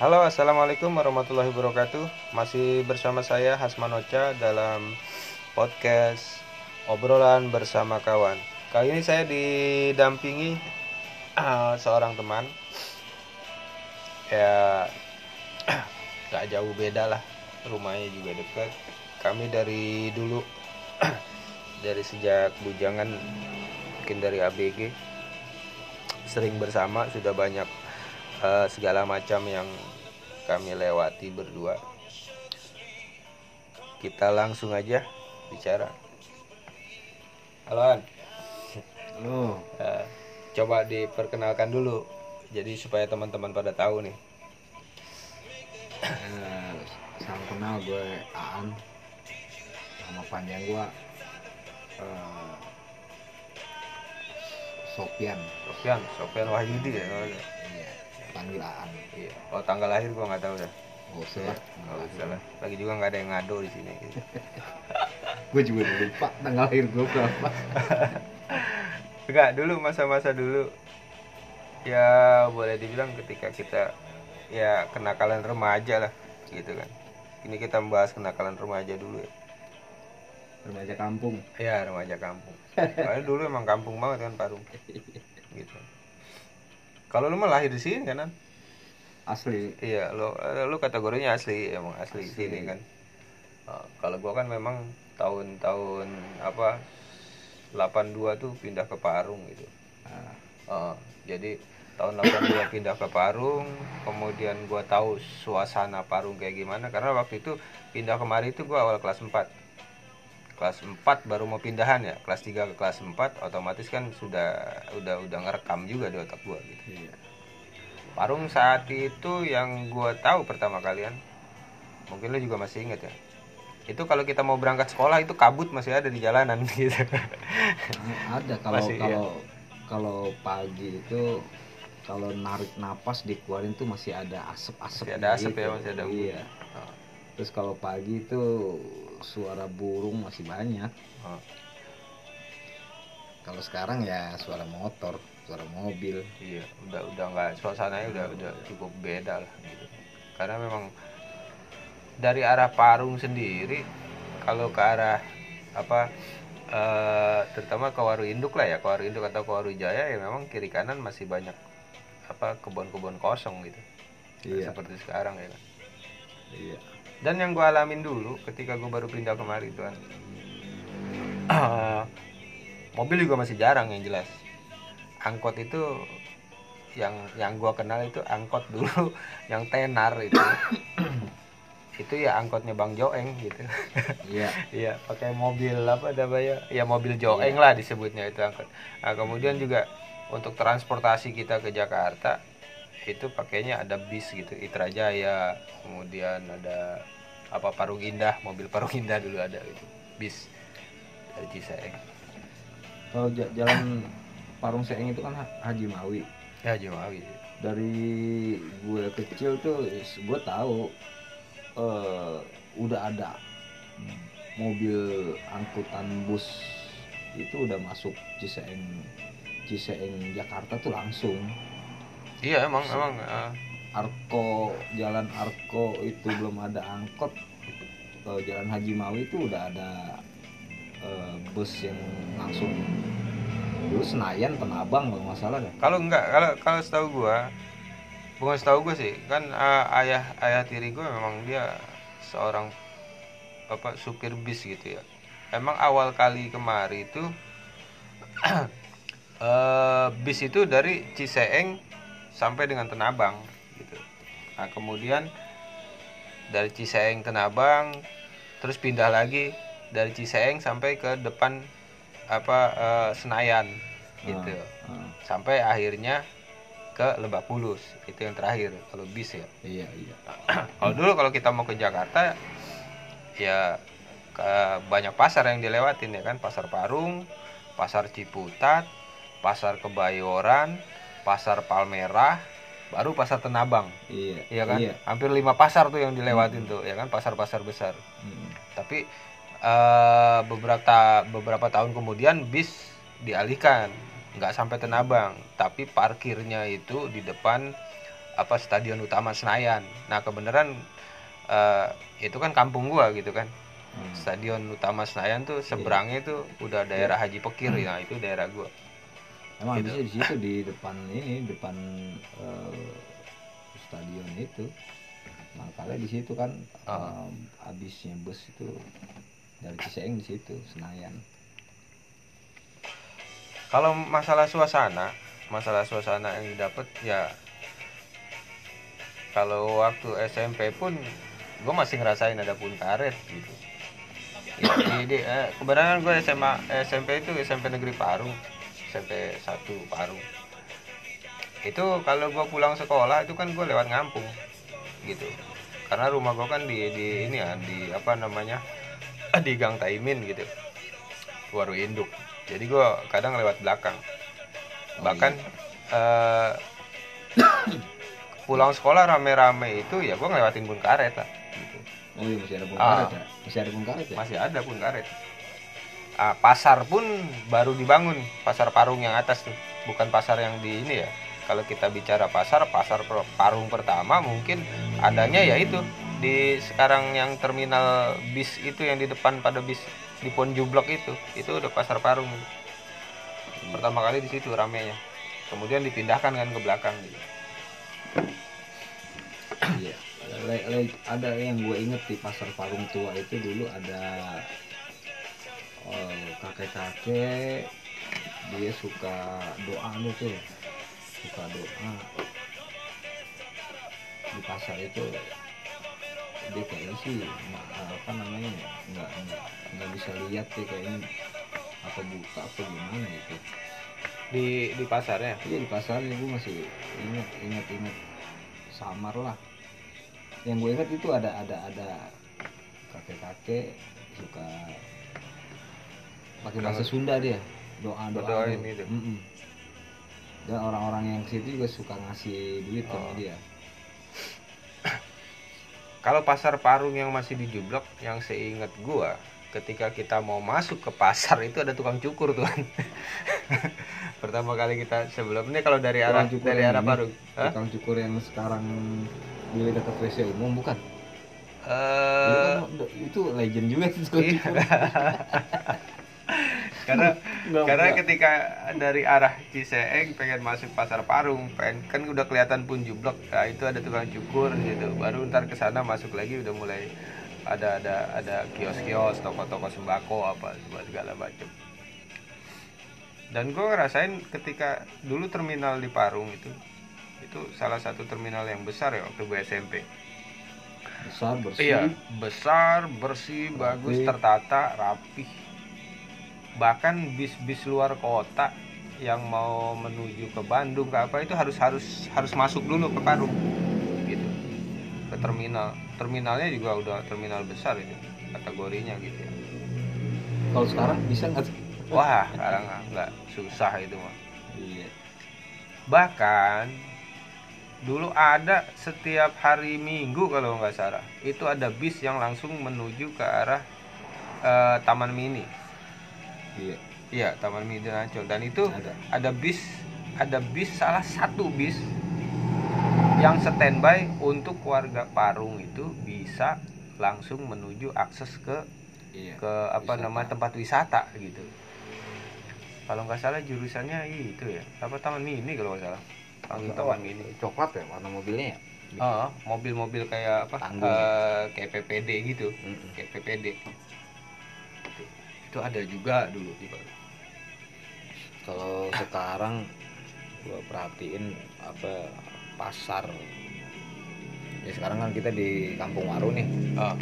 Halo, assalamualaikum warahmatullahi wabarakatuh. Masih bersama saya Hasman Ocha dalam podcast obrolan bersama kawan. Kali ini saya didampingi seorang teman. Ya, gak jauh beda lah. Rumahnya juga dekat. Kami dari dulu, dari sejak bujangan, mungkin dari ABG, sering bersama, sudah banyak segala macam yang kami lewati berdua. Kita langsung aja bicara. Halo An. Halo, Eh, Coba diperkenalkan dulu. Jadi supaya teman-teman pada tahu nih. eh, salam kenal, gue Aan. Nama panjang gue eh, Sofian. Sofian Wahyudi ya. Iya, panggil Aan. Iya. Oh, tanggal lahir gua nggak tahu dah. Gak usah Iya. lah. Nggak usah lah. Lagi juga nggak ada yang ngado di sini. Gue juga udah lupa tanggal lahir gue berapa. Enggak, dulu masa-masa dulu ya boleh dibilang ketika kita ya kenakalan remaja lah gitu kan. Ini kita membahas kenakalan remaja dulu ya. Remaja kampung. Ya, remaja kampung. Soalnya dulu emang kampung banget kan Parung. Gitu. Kalau lu mah lahir di sini kan? An? Asli. Iya, lu kategorinya asli, emang asli sini kan. Kalau gua kan memang tahun-tahun apa 82 tuh pindah ke Parung gitu. Nah, Jadi tahun 82 pindah ke Parung, kemudian gua tahu suasana Parung kayak gimana karena waktu itu pindah kemari itu gua awal kelas 4. Kelas 4 baru mau pindahan ya, kelas 3 ke kelas 4 otomatis kan udah ngerekam juga di otak gua gitu. iya. Parung saat itu yang gua tahu pertama kalian, mungkin lu juga masih ingat ya. Itu kalau kita mau berangkat sekolah itu kabut masih ada di jalanan gitu. Ada kalau Masih ya. kalau kalau pagi itu kalau narik napas dikeluarin tuh masih ada asap-asap Masih ada asap gitu. ya, masih ada embun. Iya. Terus kalau pagi itu suara burung masih banyak. Oh, Kalau sekarang ya suara motor, suara mobil. iya, udah nggak, suasananya udah cukup beda lah gitu. Karena memang dari arah Parung sendiri kalau ke arah apa terutama ke Waru Induk lah ya, ke Waru Induk atau ke Waru Jaya ya memang kiri kanan masih banyak apa kebun-kebun kosong gitu. Iya, Seperti sekarang ya kan. iya. Dan yang gue alamin dulu ketika gue baru pindah kemari itu kan mobil juga masih jarang yang jelas. Angkot itu yang gue kenal itu angkot dulu yang tenar itu ya angkotnya Bang Joeng gitu. Iya, Iya, pakai mobil apa namanya? Ya mobil Joeng iya. lah disebutnya itu angkot. Nah, kemudian juga untuk transportasi kita ke Jakarta itu pakainya ada bis gitu, Itra Jaya, kemudian ada apa Parung Indah, mobil Parung Indah dulu ada gitu. Bis dari Cisaeng. Kalau jalan Parung Seeng itu kan Haji Mawi. Ya Jimawi. Dari gue kecil tuh gue tahu eh, udah ada mobil angkutan bus itu udah masuk Ciseeng Ciseeng Jakarta tuh langsung. Iya emang Arko, Jalan Arko itu belum ada angkot. Jalan Haji Mawi itu udah ada bus yang langsung. Dulu Senayan Tanabang kalau nggak salah dah. kalau enggak kalau setahu gua, bukan setahu gua sih, kan ayah ayah tiri gua memang dia seorang apa supir bis gitu ya. Emang awal kali kemari itu bis itu dari Ciseeng sampai dengan Tenabang gitu. Nah, kemudian dari Ciseeng Tenabang terus pindah lagi dari Ciseeng sampai ke depan apa Senayan gitu. Sampai akhirnya ke Lebak Bulus. Itu yang terakhir kalau bis ya. Iya, iya. Kalau dulu kalau kita mau ke Jakarta ya ke banyak pasar yang dilewatin ya kan, Pasar Parung, Pasar Ciputat, Pasar Kebayoran, Pasar Palmerah, baru Pasar Tenabang. Iya, Iya kan? iya. Hampir 5 pasar tuh yang dilewatin tuh, ya kan, pasar-pasar besar. Hmm. Tapi beberapa tahun kemudian bis dialihkan, nggak sampai Tenabang, tapi parkirnya itu di depan Stadion Utama Senayan. Nah kebenaran itu kan kampung gua gitu kan. Stadion Utama Senayan tuh seberangnya tuh udah daerah Haji Pekir ya, itu daerah gua. Emang Gitu. bisa di situ di depan stadion itu. Makanya di situ kan habisnya bus itu dari Ciseeng di situ Senayan. Kalau masalah suasana yang didapat ya, kalau waktu SMP pun gue masih ngerasain ada pun karet gitu. Kebenaran gue SMP itu SMP Negeri Parung, SMP 1 Parung. Itu kalau gue pulang sekolah itu kan gue lewat ngampung gitu. Karena rumah gue kan di ini ya, di di Gang Taimin gitu, Waru Induk. Jadi gue kadang lewat belakang. Bahkan pulang sekolah rame-rame itu ya gue ngelewatin pun karet lah gitu. Oh iya, masih ada pun karet ya? Masih ada pun karet ya? Masih ada pun karet. Pasar pun baru dibangun, pasar Parung yang atas tuh, bukan pasar yang di ini ya. Kalau kita bicara pasar Parung pertama mungkin adanya ya itu di sekarang yang terminal bis itu, yang di depan pada bis di Ponjublok itu udah pasar Parung. Pertama kali di situ ramenya. Kemudian dipindahkan kan ke belakang gitu. Iya. Ada yang gue inget di pasar Parung tua itu dulu ada kakek-kakek, dia suka doa tuh, suka doa di pasar itu. Dia kayaknya sih nggak bisa lihat deh kayaknya, apa buta apa gimana gitu Di pasarnya. Iya, di pasarnya gue masih ingat samar lah. Yang gue ingat itu ada kakek-kakek suka pakai bahasa Sunda, dia doa ini. Dan orang-orang yang situ juga suka ngasih duit sama dia. Kalau pasar Parung yang masih di Jublok, yang seingat gua, ketika kita mau masuk ke pasar itu ada tukang cukur tuh kan. Pertama kali kita sebelumnya kalau dari arah Parung. Tukang cukur yang sekarang di dekat WC umum bukan? Itu legend juga sih tukang cukur. Karena ketika dari arah Ciseeng pengen masuk pasar Parung, kan udah kelihatan pun Jublok, nah itu ada tukang cukur gitu. Baru ntar kesana masuk lagi udah mulai ada kios-kios, toko-toko sembako apa segala macam. Dan gue ngerasain ketika dulu terminal di Parung itu salah satu terminal yang besar ya waktu gue SMP. Besar, bersih. Iya, besar, bersih, bagus, tertata, rapih. Bahkan bis-bis luar kota yang mau menuju ke Bandung ke apa itu harus masuk dulu ke Parung gitu, ke terminalnya juga udah terminal besar itu kategorinya gitu ya. Kalau sekarang bisa nggak? Wah, sekarang nggak, susah itu mah. Iya. Bahkan dulu ada setiap hari Minggu kalau nggak salah itu ada bis yang langsung menuju ke arah Taman Mini. Iya, Taman Mini Ancol. Dan itu ada bis salah satu bis yang standby untuk warga Parung itu bisa langsung menuju akses ke tempat wisata gitu. Kalau nggak salah jurusannya itu ya, Taman Mini kalau nggak salah. Taman Mini. Coklat ya warna mobilnya ya? Mobil-mobil kayak kayak PPD gitu. Kayak PPD. Itu ada juga dulu di Parung. Kalau sekarang gua perhatiin pasar ya, sekarang kan kita di Kampung Waru nih.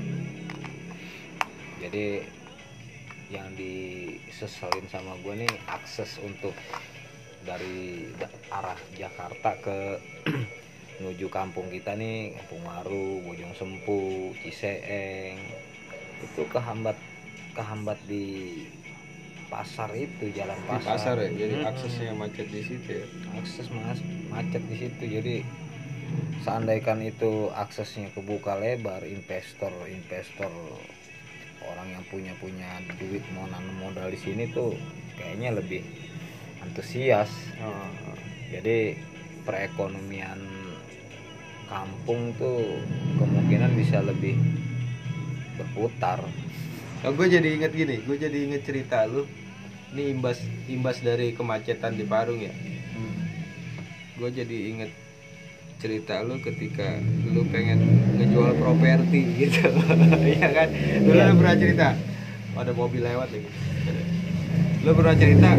Jadi yang diseselin sama gua nih akses untuk dari arah Jakarta ke menuju kampung kita nih, Kampung Waru, Bojong Sempu, Ciseeng, itu kehambat di pasar itu, jalan pasar ya, jadi aksesnya macet di situ ya. Macet di situ. Jadi seandainya itu aksesnya kebuka lebar, investor orang yang punya duit mau nanam modal di sini tuh kayaknya lebih antusias. Jadi perekonomian kampung tuh kemungkinan bisa lebih berputar. Nah, gue jadi inget cerita lu. Ini imbas dari kemacetan di Parung ya. Gue jadi inget cerita lu ketika lu pengen ngejual properti gitu. Iya kan? Dulu lu pernah cerita. Ada mobil lewat lagi. Lu pernah cerita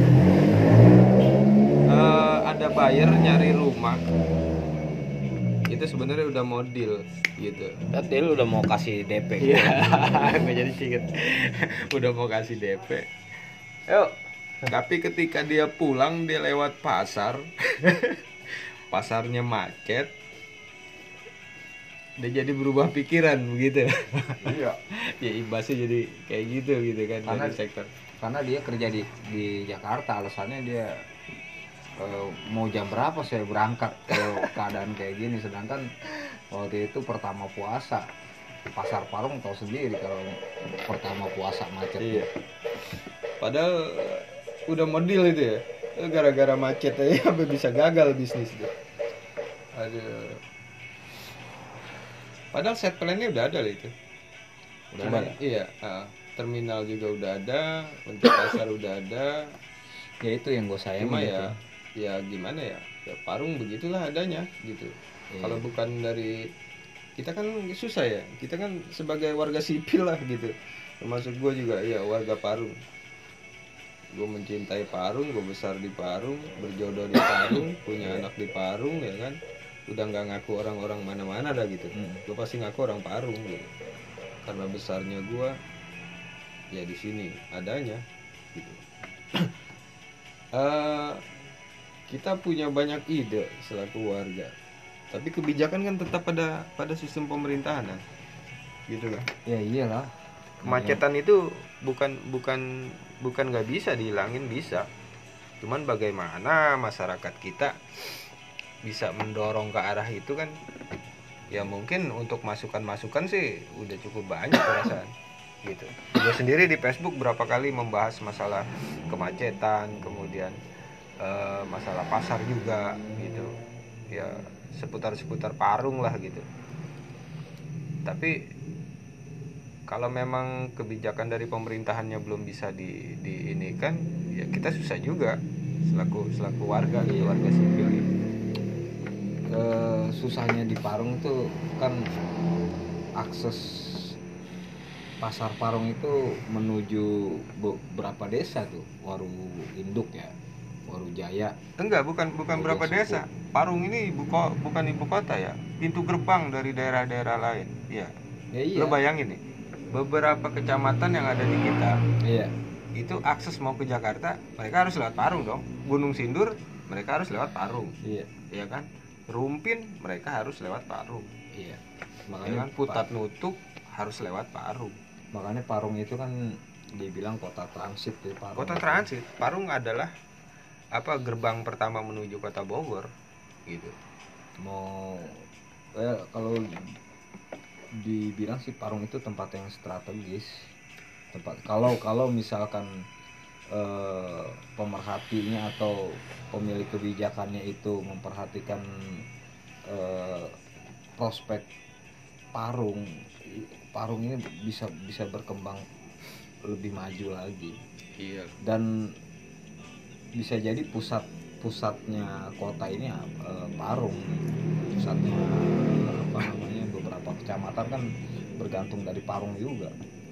ada buyer nyari rumah. Itu sebenarnya udah mau deal gitu. Berarti lu udah mau kasih DP. Iya, gue jadi inget. Udah mau kasih DP. Yuk. Tapi ketika dia pulang dia lewat pasar. Pasarnya macet, dia jadi berubah pikiran begitu. Iya. Ya imbasnya jadi kayak gitu kan dari sektor. Karena dia kerja di Jakarta, alasannya dia mau jam berapa saya berangkat kalau keadaan kayak gini. Sedangkan waktu itu pertama puasa, pasar Parung tahu sendiri kalau pertama puasa macet. Iya. Padahal udah model itu ya, gara-gara macet aja sampai bisa gagal bisnis itu. Aduh. Padahal set plan-nya udah ada lah itu. Udah Cuman, ada ya? Iya, terminal juga udah ada, untuk pasar udah ada. Ya itu yang gue sayang. Cuma gitu. ya gimana ya? Ya Parung begitulah adanya gitu. Iya. Kalau bukan dari kita kan susah ya. Kita kan sebagai warga sipil lah gitu. Termasuk gue juga ya warga Parung. Gue mencintai Parung, gue besar di Parung, berjodoh di Parung, punya anak di Parung ya kan. Udah nggak ngaku orang-orang mana-mana dah gitu. Gue pasti ngaku orang Parung gitu. Karena besarnya gue ya di sini adanya gitu. Kita punya banyak ide selaku warga, tapi kebijakan kan tetap pada sistem pemerintahan kan, gitu kan? Ya iyalah. Kemacetan itu bukan nggak bisa dihilangin, bisa. Cuman bagaimana masyarakat kita bisa mendorong ke arah itu kan? Ya mungkin untuk masukan-masukan sih udah cukup banyak perasaan gitu. Gue sendiri di Facebook berapa kali membahas masalah kemacetan, kemudian masalah pasar juga gitu. Ya seputar Parung lah gitu. Tapi kalau memang kebijakan dari pemerintahannya belum bisa diinikan, ya kita susah juga selaku warga gitu, warga sipil gitu. Susahnya di Parung tuh kan akses pasar Parung itu menuju beberapa desa tuh, Waru Induk ya, Waru Jaya. Enggak, bukan berapa desa. Parung ini bukan ibu kota ya, pintu gerbang dari daerah-daerah lain. Ya. Iya. Lo bayangin nih, beberapa kecamatan yang ada di kita, Iya. itu akses mau ke Jakarta, mereka harus lewat Parung dong. Gunung Sindur, mereka harus lewat Parung. Iya. Iya kan? Rumpin, mereka harus lewat Parung. Iya. Makanya kan Putat Nutuk harus lewat Parung. Makanya Parung itu kan dibilang kota transit di Parung. Kota transit. Parung adalah gerbang pertama menuju kota Bogor gitu. Kalau dibilang sih Parung itu tempat yang strategis. Kalau misalkan pemerhatinya atau pemilik kebijakannya itu memperhatikan prospek Parung ini bisa berkembang lebih maju lagi. Iya. Dan bisa jadi pusatnya kota ini Parung. Pusatnya beberapa kecamatan kan bergantung dari Parung juga.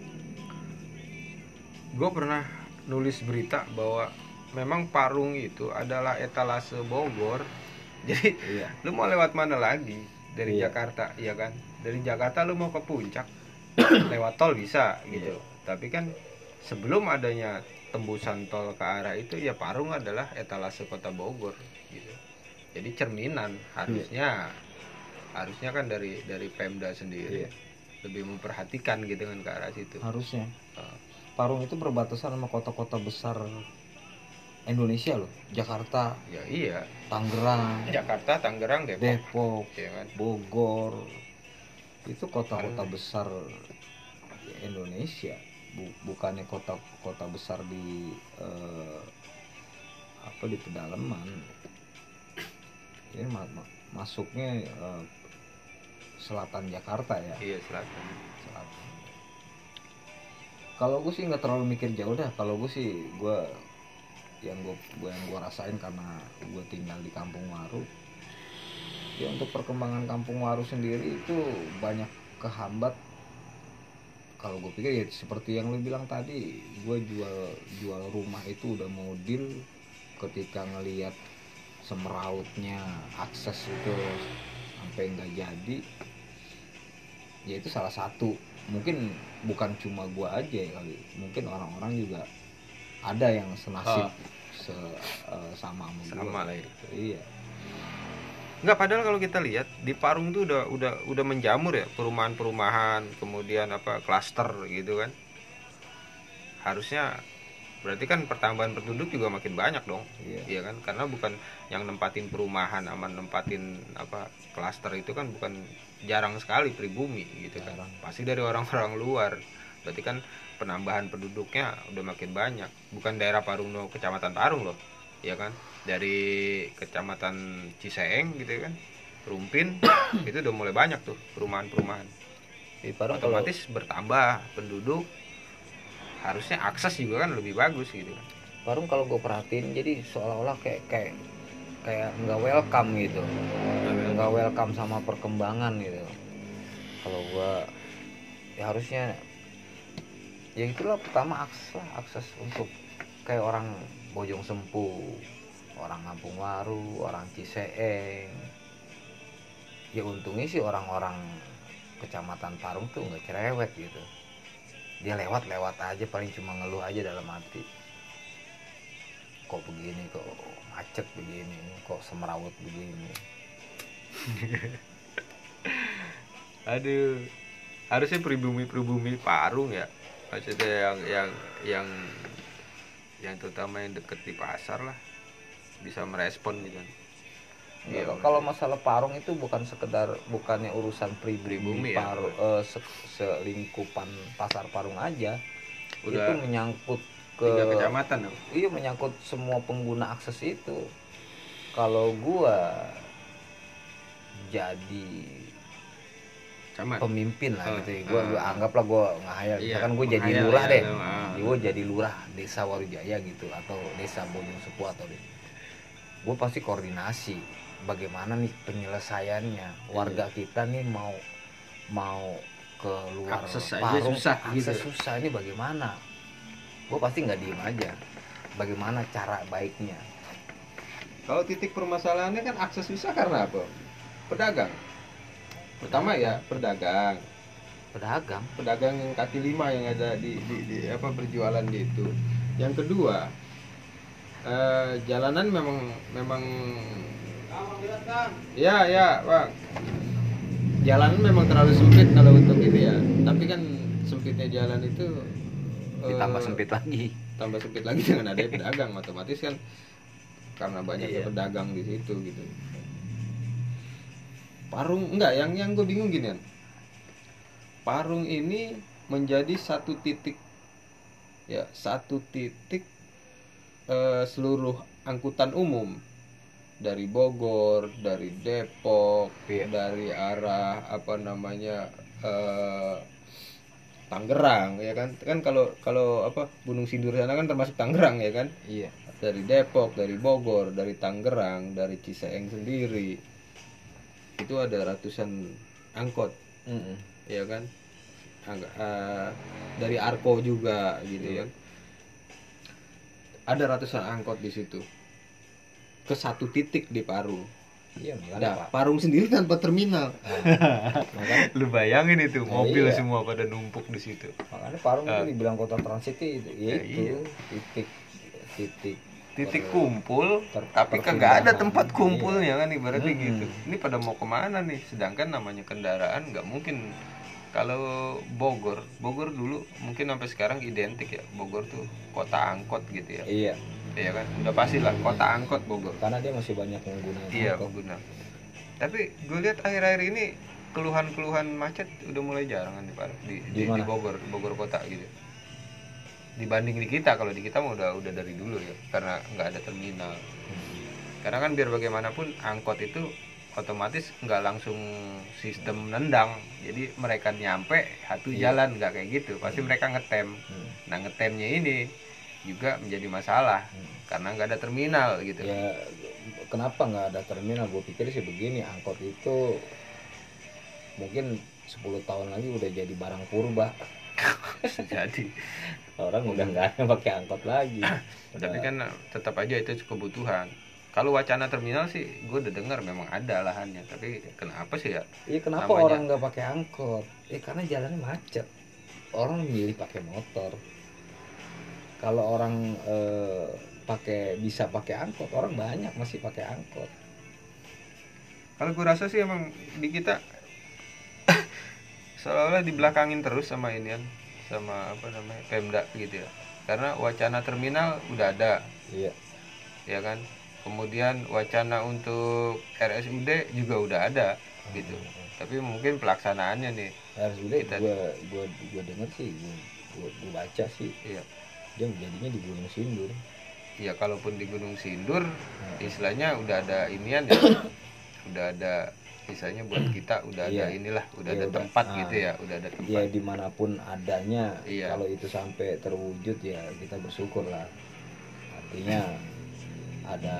Gue pernah nulis berita bahwa memang Parung itu adalah etalase Bogor. Jadi lu mau lewat mana lagi dari Jakarta, ya kan? Dari Jakarta lu mau ke puncak lewat tol bisa gitu. Tapi kan sebelum adanya tembusan tol ke arah itu, ya Parung adalah etalase kota Bogor gitu. Jadi cerminan harusnya kan dari Pemda sendiri lebih memperhatikan gitu kan ke arah situ. Harusnya. Parung itu berbatasan sama kota-kota besar Indonesia loh. Jakarta. Ya iya. Tangerang, Depok, ya kan? Bogor. Itu kota-kota besar Indonesia. Bukannya kota besar di pedalaman. Ini masuknya selatan Jakarta ya. Iya, selatan. Selatan. Kalau gue sih nggak terlalu mikir jauh dah. Kalau gue sih yang gue rasain karena gue tinggal di Kampung Waru. Ya untuk perkembangan Kampung Waru sendiri itu banyak kehambat. Kalau gue pikir ya seperti yang lu bilang tadi, gue jual rumah itu udah mau deal ketika ngelihat semerautnya akses itu sampai nggak jadi. Ya itu salah satu, mungkin bukan cuma gue aja kali, mungkin orang-orang juga ada yang senasib sama Sama lah ya. Iya. Enggak, padahal kalau kita lihat di Parung tuh udah menjamur ya perumahan-perumahan, kemudian apa klaster gitu kan. Harusnya berarti kan pertambahan penduduk juga makin banyak dong. Iya kan? Karena bukan yang nempatin perumahan aman nempatin apa klaster itu kan bukan jarang sekali pribumi gitu kan. Pasti dari orang-orang luar. Berarti kan penambahan penduduknya udah makin banyak. Bukan daerah Parung loh, kecamatan Parung loh. Ya kan? Dari kecamatan Ciseeng gitu kan, Rumpin itu udah mulai banyak tuh perumahan-perumahan. Di Parung otomatis bertambah penduduk, harusnya akses juga kan lebih bagus gitu kan. Parung kalau gue perhatiin jadi seolah-olah kayak nggak welcome gitu, nggak welcome sama perkembangan gitu. Kalau gue ya harusnya ya itulah pertama akses untuk kayak orang Bojong Sempu, orang Kampung Waru, orang Ciseeng. Ya untungnya sih orang-orang kecamatan Parung tuh nggak cerewet gitu. Dia lewat aja, paling cuma ngeluh aja dalam hati. Kok begini, kok macet begini, kok semrawut begini. Aduh, harusnya pribumi Parung ya, maksudnya yang terutama yang deket di pasar lah bisa merespon gitu. Ya, kalau masalah Parung itu bukannya urusan pribumi ya. Parung, selingkupan pasar Parung aja. Udah itu menyangkut ke 3 kecamatan dong. Iya, menyangkut semua pengguna akses itu. Kalau gua jadi pemimpin lah gitu ya. Gua anggaplah gua ngahayal, misalkan gua jadi lurah deh. Gua jadi lurah desa Warujaya gitu atau desa Bojong Sepu atau gua pasti koordinasi bagaimana nih penyelesaiannya. Warga kita nih mau ke luar akses Parung, susah akses gitu. Susah ini bagaimana? Gue pasti nggak diem aja. Bagaimana cara baiknya? Kalau titik permasalahannya kan akses susah karena apa? Pedagang. Pertama ya pedagang yang kaki lima yang ada di apa berjualan di itu. Yang kedua jalanan memang ya Bang. Jalanan memang terlalu sempit kalau untuk ini ya. Tapi kan sempitnya jalan itu ditambah sempit lagi dengan adanya pedagang, otomatis kan karena banyaknya pedagang di situ gitu. Parung enggak, yang gue bingung gini kan. Parung ini menjadi satu titik seluruh angkutan umum dari Bogor, dari Depok, dari arah Tangerang ya kan kalau apa Gunung Sindur sana kan termasuk Tangerang ya kan. Iya. Dari Depok, dari Bogor, dari Tangerang, dari Ciseeng sendiri itu ada ratusan angkot. Ya kan. Dari Arko juga gitu kan. Ada ratusan angkot di situ ke satu titik di Parung. Iya, nah, Parung sendiri tanpa terminal. Lu bayangin itu mobil semua pada numpuk di situ. Makanya Parung itu dibilang kota transit itu. Titik kumpul, tapi kagak ada tempat kumpulnya kan ibaratnya gitu. Ini pada mau kemana nih? Sedangkan namanya kendaraan nggak mungkin. Kalau Bogor dulu mungkin sampai sekarang identik ya, Bogor tuh kota angkot gitu ya. Iya kan, udah pasti lah kota angkot Bogor. Karena dia masih banyak pengguna. Iya, pengguna. Tapi gue lihat akhir-akhir ini keluhan macet udah mulai jarang kan di Bogor kota gitu. Dibanding di kita, kalau di kita mah udah dari dulu ya, karena nggak ada terminal. Karena kan biar bagaimanapun angkot itu otomatis nggak langsung sistem nendang, jadi mereka nyampe satu jalan nggak kayak gitu, pasti mereka ngetem. Nah ngetemnya ini juga menjadi masalah karena nggak ada terminal gitu. Ya kenapa nggak ada terminal? Gue pikir sih begini, angkot itu mungkin 10 tahun lagi udah jadi barang purba. Jadi Orang udah nggak ada pakai angkot lagi. tapi kan tetap aja itu kebutuhan. Kalau wacana terminal sih gue udah dengar memang ada lahannya, tapi kenapa sih ya? Iya, kenapa Namanya- orang nggak pakai angkot? Karena jalannya macet. Orang milih pakai motor. Kalau orang bisa pakai angkot, orang banyak masih pakai angkot. Kalau gue rasa sih emang di kita seolah-olah dibelakangin terus sama inian, sama apa namanya Pemda gitu ya. Karena wacana terminal udah ada, Iya. ya kan. Kemudian wacana untuk RSUD juga udah ada gitu. Tapi mungkin pelaksanaannya nih, RSUD Kita- gue denger sih, gue baca sih, iya. dia jadinya di Gunung Sindur. Ya kalaupun di Gunung Sindur, istilahnya udah ada inian ya, udah ada istilahnya buat kita udah ada Iya. inilah, udah Iya, ada udah. tempat gitu ya, udah ada Ya tempat. dimanapun adanya, Iya. kalau itu sampai terwujud ya kita bersyukur lah. Artinya ada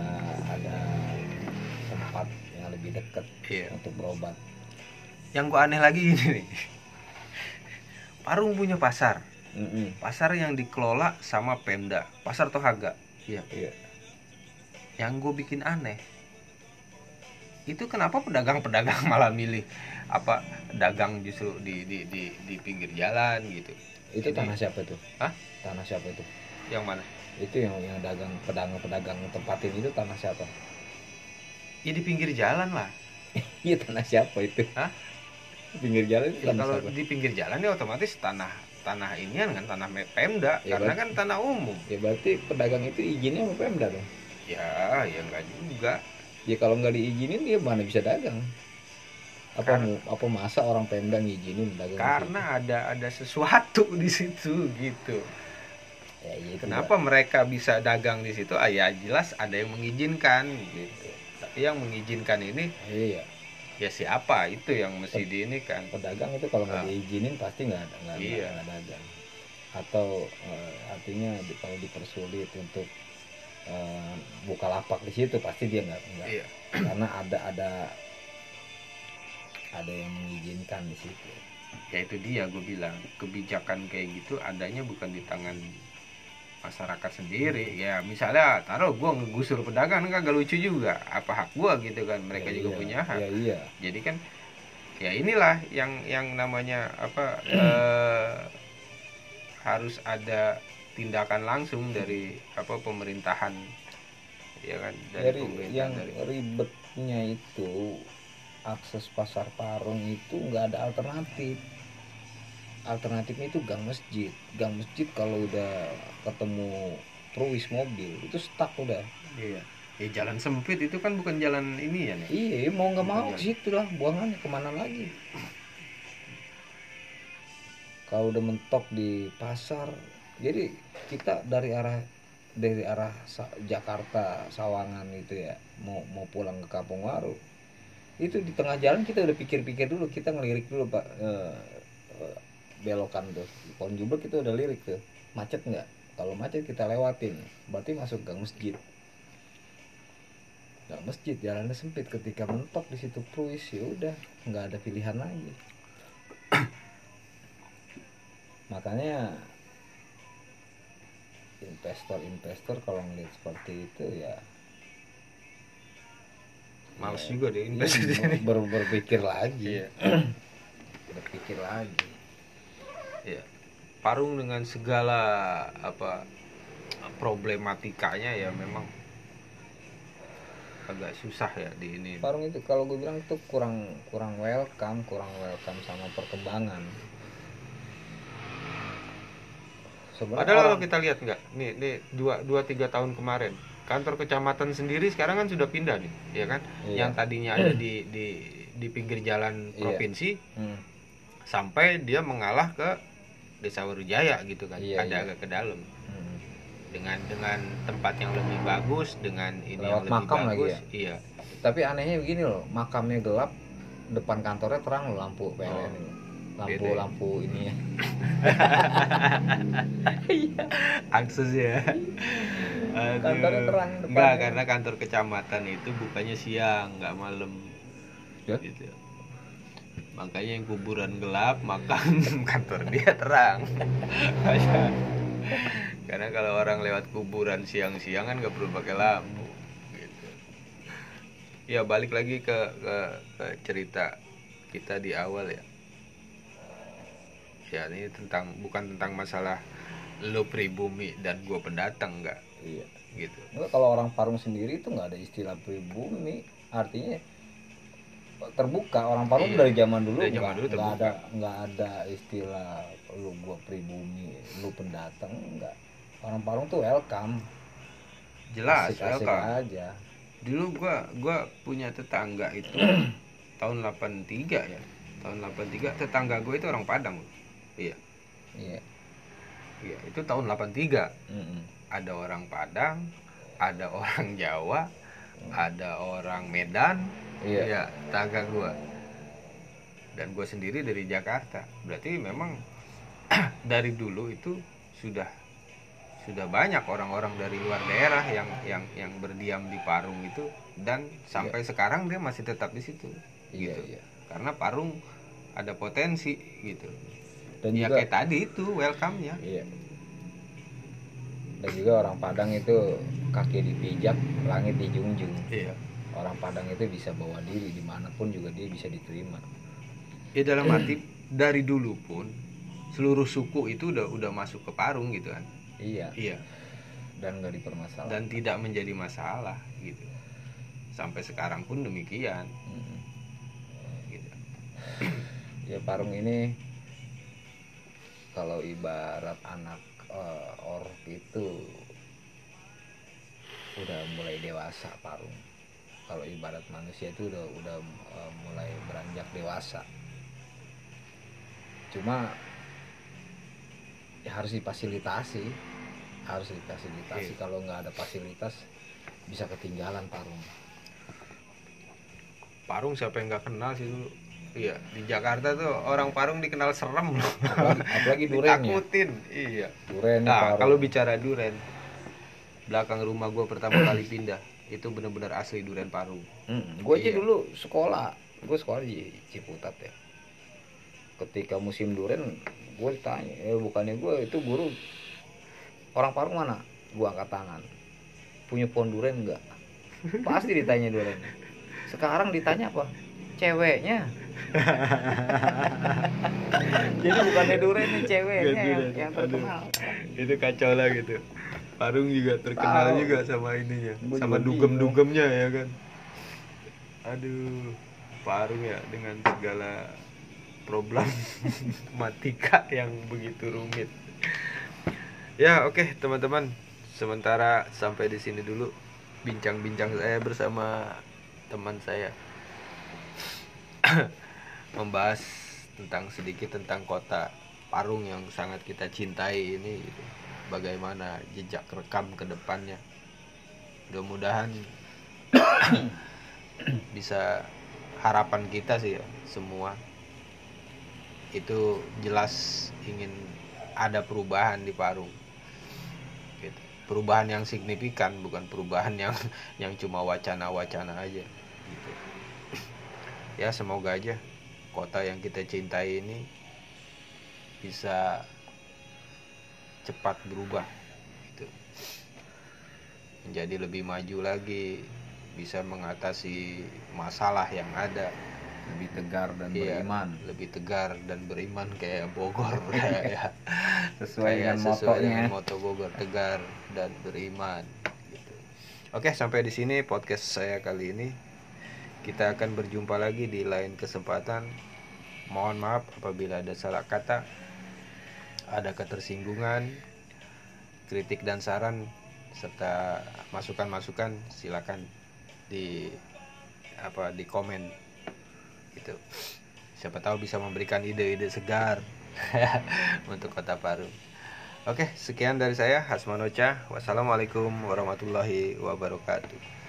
tempat yang lebih dekat Iya. untuk berobat. Yang gua aneh lagi ini nih. Parung punya pasar. Mm-mm. Pasar yang dikelola sama Pemda, Pasar Tohaga. Iya. Iya. Yang gue bikin aneh, itu kenapa pedagang-pedagang malah milih apa dagang justru di pinggir jalan gitu. Itu Jadi- tanah siapa tuh? Hah? Tanah siapa itu? Yang mana? Itu yang dagang pedagang tempatin itu tanah siapa? Ya di pinggir jalan lah. Iya, tanah siapa itu? Hah? Pinggir jalan itu Ya, tanah kalau siapa? di pinggir jalan ya otomatis tanah ini kan tanah Pemda, Ya, karena berarti- kan tanah umum. Ya berarti pedagang itu izinnya sama Pemda dong. Ya enggak juga. Ya kalau nggak diizinin dia mana bisa dagang? Apa masa orang Pemda ngizinin dagang? di Karena ada sesuatu di situ gitu. situ? Ya, iya itu Kenapa mereka bisa dagang di situ? Ya jelas ada yang mengizinkan gitu. Tapi yang mengizinkan ini Pak. Iya. ya siapa itu yang mesti diinikan? Pedagang itu kalau nggak Ah. diizinin pasti nggak Iya. dagang. Atau artinya kalau dipersulit untuk buka lapak di situ pasti dia nggak. Iya. Karena ada yang mengizinkan di situ. Ya itu dia gue bilang, kebijakan kayak gitu adanya bukan di tangan masyarakat sendiri. Ya misalnya taruh gue ngegusur pedagang kan gak lucu juga. Apa hak gue gitu kan? Mereka Ya, juga iya. punya hak. Ya, iya. Jadi kan ya inilah yang namanya apa harus ada tindakan langsung dari apa pemerintahan, ya kan, dari Yang pemerintahan dari ribetnya itu akses pasar Parung itu nggak ada alternatifnya itu gang masjid kalau udah ketemu Pruis mobil itu stuck udah. iya. Ya jalan sempit itu kan bukan jalan ini ya nih. Iya, mau nggak mau Bukan ke situ lah, buangannya kemana lagi. Kalau udah mentok di pasar, jadi kita dari arah Jakarta Sawangan itu ya, mau pulang ke Kampung Waru, itu di tengah jalan kita udah pikir-pikir dulu, kita ngelirik dulu Pak, belokan tuh pohon jubel kita udah lirik tuh, macet nggak? Kalau macet kita lewatin, berarti masuk gang masjid. Gang masjid jalannya sempit, ketika mentok di situ Pruis ya udah nggak ada pilihan lagi. Makanya investor kalau ngeliat seperti itu ya Males ya, juga deh invest di sini. berpikir lagi. Iya. Berpikir lagi. Iya. Parung dengan segala apa problematikanya ya memang agak susah ya di ini. Parung itu kalau gue bilang itu kurang welcome sama perkembangan. Padahal kalau kita lihat nggak, nih 2-3 tahun kemarin kantor kecamatan sendiri sekarang kan sudah pindah nih, ya kan? Iya. Yang tadinya ada di pinggir jalan Iya. provinsi, Hmm. sampai dia mengalah ke Desa Warujaya gitu kan, Iya, ada iya. agak ke dalam. Hmm. dengan tempat yang lebih bagus, dengan ini Lewat yang lebih makam lagi bagus. ya? Iya. Tapi anehnya begini loh, makamnya gelap, depan kantornya terang loh lampu PLN ini. beda. Lampu ininya. Akses ya. Kantornya terang depannya. Enggak, karena kantor kecamatan itu bukannya siang, enggak malam. Ya? Gitu. Makanya yang kuburan gelap, makam kantor dia terang. Karena kalau orang lewat kuburan siang-siang kan nggak perlu pakai lampu. Gitu. Ya balik lagi ke cerita kita di awal ya. Ya ini bukan tentang masalah lo pribumi dan gue pendatang, enggak. Iya. Gitu. Enggak, kalau orang Parung sendiri itu nggak ada istilah pribumi, artinya terbuka. Orang Parung dari zaman dulu nggak ada istilah lu gua pribumi, lu pendatang, enggak. Orang Parung tuh welcome. Jelas asik welcome. aja. Dulu gua punya tetangga itu tahun 83 ya. Tahun 83 tetangga gue itu orang Padang. Iya. Iya. Iya, itu tahun 83. Mm-mm. Ada orang Padang, ada orang Jawa, ada orang Medan. Iya. Ya, tetangga gue. Dan gue sendiri dari Jakarta. Berarti memang dari dulu itu sudah banyak orang-orang dari luar daerah yang berdiam di Parung itu, dan sampai sekarang dia masih tetap di situ. Iya, Gitu. iya. Karena Parung ada potensi gitu. Dan ya juga, kayak tadi itu welcome-nya. Iya. Dan juga orang Padang itu kaki dipijak, langit dijunjung. Iya. Orang Padang itu bisa bawa diri dimanapun juga dia bisa diterima. Ya dalam arti dari dulu pun seluruh suku itu udah masuk ke Parung gitu kan. Iya. Iya. Dan nggak dipermasalahkan. Dan tidak menjadi masalah gitu. Sampai sekarang pun demikian. Gitu. Ya Parung ini kalau ibarat anak orok itu udah mulai dewasa Parung. Kalau ibarat manusia itu udah mulai beranjak dewasa. Cuma ya harus difasilitasi. Iya. Kalau nggak ada fasilitas bisa ketinggalan Parung. Parung siapa yang nggak kenal sih dulu. Iya, di Jakarta tuh orang Parung dikenal serem loh. Apalagi durennya. Ditakutin. Iya. Duren. Nah, kalau bicara duren, belakang rumah gue pertama kali pindah itu benar-benar asli duren Parung. Gue aja Iya. dulu sekolah di Ciputat ya. Ketika musim duren, gue ditanya, bukannya gue itu guru, orang Parung mana? Gue angkat tangan. Punya pohon duren enggak? Pasti ditanya duren. Sekarang ditanya apa? Ceweknya. Jadi bukannya durennya, ceweknya yang terkenal. Itu kacau lah gitu. Parung juga terkenal juga sama ininya, sama dugem-dugemnya ya kan. Aduh, Parung ya dengan segala problematika yang begitu rumit. Ya oke, teman-teman, sementara sampai di sini dulu bincang-bincang saya bersama teman saya membahas sedikit tentang kota Parung yang sangat kita cintai ini gitu. Bagaimana jejak rekam ke depannya. Mudah-mudahan bisa, harapan kita sih ya, semua itu jelas ingin ada perubahan di Parung gitu. Perubahan yang signifikan, bukan perubahan yang cuma wacana-wacana aja gitu. Ya semoga aja kota yang kita cintai ini bisa cepat berubah gitu. Menjadi lebih maju lagi, bisa mengatasi masalah yang ada, lebih tegar dan beriman. Lebih tegar dan beriman kayak Bogor ya. Sesuai dengan moto Bogor, tegar dan beriman gitu. Oke, sampai di sini podcast saya kali ini. Kita akan berjumpa lagi di lain kesempatan. Mohon maaf apabila ada salah kata, ada ketersinggungan, kritik dan saran serta masukan-masukan, silakan di komen gitu. Siapa tahu bisa memberikan ide-ide segar untuk Kota Parung. Oke, sekian dari saya Hasmanocha. Wassalamualaikum warahmatullahi wabarakatuh.